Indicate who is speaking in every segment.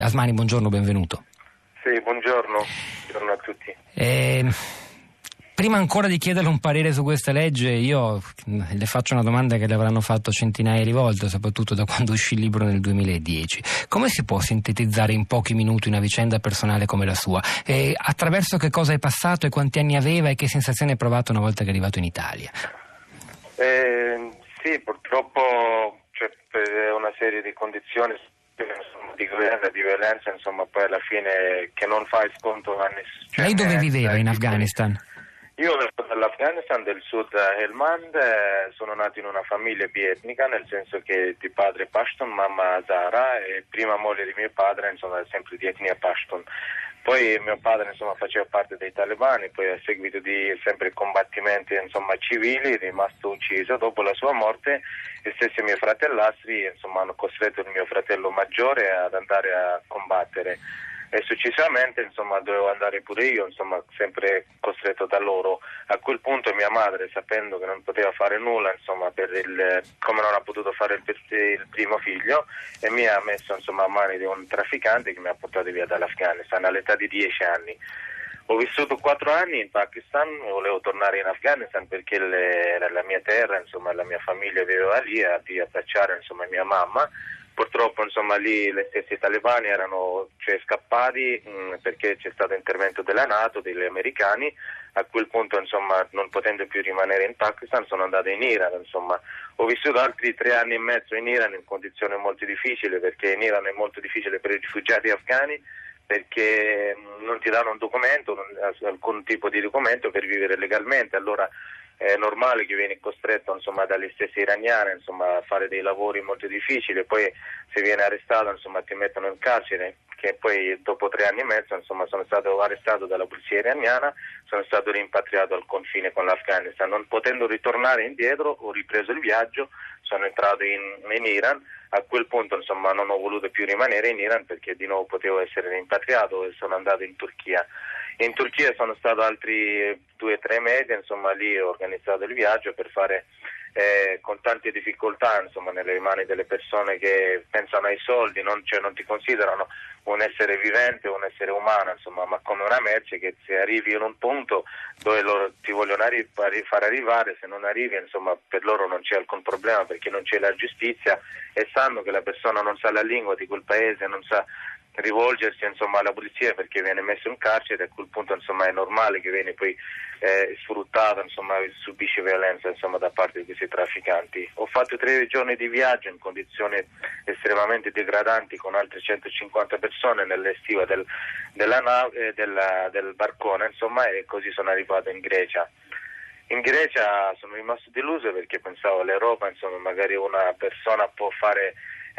Speaker 1: Asmani, buongiorno, benvenuto.
Speaker 2: Sì, buongiorno a tutti.
Speaker 1: Prima ancora di chiederle un parere su questa legge, io le faccio una domanda che le avranno fatto centinaia di volte, soprattutto da quando uscì il libro nel 2010. Come si può sintetizzare in pochi minuti una vicenda personale come la sua? Attraverso che cosa è passato e quanti anni aveva e che sensazione ha provato una volta che è arrivato in Italia?
Speaker 2: Sì, purtroppo per una serie di condizioni di guerra, di violenza, insomma, poi alla fine che non fa sconto a nessuno.
Speaker 1: Lei dove viveva in Afghanistan?
Speaker 2: Io vengo dall'Afghanistan, del sud Helmand, sono nato in una famiglia bietnica, nel senso che di padre Pashtun, mamma Hazara, e prima moglie di mio padre, insomma, è sempre di etnia Pashtun. Poi mio padre, insomma, faceva parte dei talebani, poi a seguito di sempre combattimenti, insomma, civili, è rimasto ucciso. Dopo la sua morte, gli stessi miei fratellastri, insomma, hanno costretto il mio fratello maggiore ad andare a combattere. E successivamente, insomma, dovevo andare pure io, insomma, sempre costretto da loro. A quel punto mia madre, sapendo che non poteva fare nulla, insomma, come non ha potuto fare il primo figlio, e mi ha messo, insomma, a mani di un trafficante che mi ha portato via dall'Afghanistan all'età di 10 anni. Ho vissuto 4 anni in Pakistan, volevo tornare in Afghanistan perché era la mia terra, insomma, la mia famiglia viveva lì, a abbracciare, insomma, mia mamma. Purtroppo, insomma, lì le stesse talebani erano scappati perché c'è stato intervento della NATO, degli americani. A quel punto, insomma, non potendo più rimanere in Pakistan, sono andato in Iran, insomma. Ho vissuto altri 3 anni e mezzo in Iran in condizioni molto difficili, perché in Iran è molto difficile per i rifugiati afghani, perché non ti danno un documento, alcun tipo di documento per vivere legalmente. Allora è normale che vieni costretto, insomma, dagli stessi iraniani, insomma, a fare dei lavori molto difficili. Poi se viene arrestato, insomma, ti mettono in carcere, che poi dopo 3 anni e mezzo, insomma, sono stato arrestato dalla polizia iraniana, sono stato rimpatriato al confine con l'Afghanistan. Non potendo ritornare indietro, ho ripreso il viaggio, sono entrato in Iran. A quel punto, insomma, non ho voluto più rimanere in Iran perché di nuovo potevo essere rimpatriato e sono andato in Turchia. In Turchia sono stato altri 2 o 3 mesi, insomma, lì ho organizzato il viaggio per fare con tante difficoltà, insomma, nelle mani delle persone che pensano ai soldi, non ti considerano un essere vivente, un essere umano, insomma, ma come una merce che se arrivi in un punto dove loro ti vogliono far arrivare, se non arrivi, insomma, per loro non c'è alcun problema perché non c'è la giustizia e sanno che la persona non sa la lingua di quel paese, non sa rivolgersi, insomma, alla polizia perché viene messo in carcere. A quel punto, insomma, è normale che viene poi sfruttato, insomma, subisce violenza, insomma, da parte di questi trafficanti. Ho fatto 3 giorni di viaggio in condizioni estremamente degradanti con altre 150 persone nell'estiva della nave, del barcone, insomma, e così sono arrivato in Grecia. In Grecia sono rimasto deluso perché pensavo l'Europa, insomma, magari una persona può fare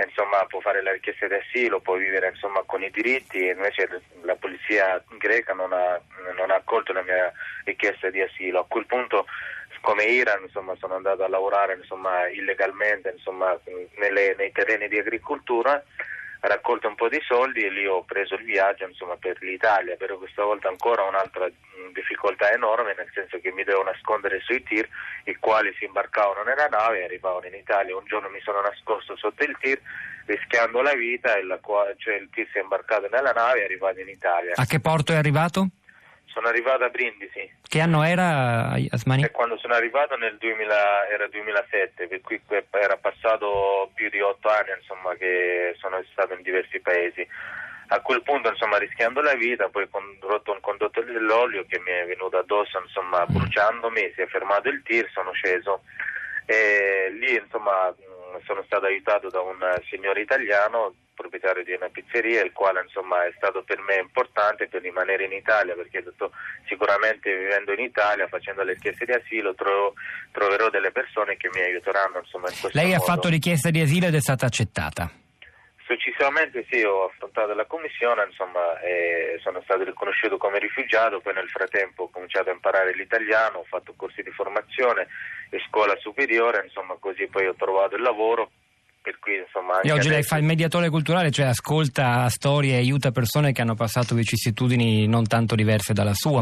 Speaker 2: la richiesta di asilo, può vivere, insomma, con i diritti, invece la polizia greca non ha accolto la mia richiesta di asilo. A quel punto, come Iran, insomma, sono andato a lavorare, insomma, illegalmente, insomma, nei terreni di agricoltura, raccolto un po' di soldi e lì ho preso il viaggio, insomma, per l'Italia, però questa volta ancora un'altra difficoltà enorme, nel senso che mi devo nascondere sui tir, i quali si imbarcavano nella nave e arrivavano in Italia. Un giorno mi sono nascosto sotto il tir rischiando la vita e il tir si è imbarcato nella nave e è arrivato in Italia.
Speaker 1: A che porto è arrivato?
Speaker 2: Sono arrivato a Brindisi.
Speaker 1: Che anno era, Asmani?
Speaker 2: Quando sono arrivato nel 2007, per cui era passato più di 8 anni, insomma, che sono stato in diversi paesi. A quel punto, insomma, rischiando la vita, poi ho rotto un condotto dell'olio che mi è venuto addosso, insomma, bruciandomi, si è fermato il tir, sono sceso e lì, insomma, sono stato aiutato da un signore italiano, proprietario di una pizzeria, il quale, insomma, è stato per me importante per rimanere in Italia, perché ho detto sicuramente vivendo in Italia, facendo le richieste di asilo, troverò delle persone che mi aiuteranno, insomma, in questo
Speaker 1: Lei
Speaker 2: modo.
Speaker 1: ha fatto richiesta di asilo ed è stata accettata?
Speaker 2: Successivamente sì, ho affrontato la commissione, insomma, e sono stato riconosciuto come rifugiato. Poi nel frattempo ho cominciato a imparare l'italiano, ho fatto corsi di formazione e scuola superiore, insomma, così poi ho trovato il lavoro. Per cui, insomma,
Speaker 1: e oggi lei fa il mediatore culturale, cioè ascolta storie e aiuta persone che hanno passato vicissitudini non tanto diverse dalla sua.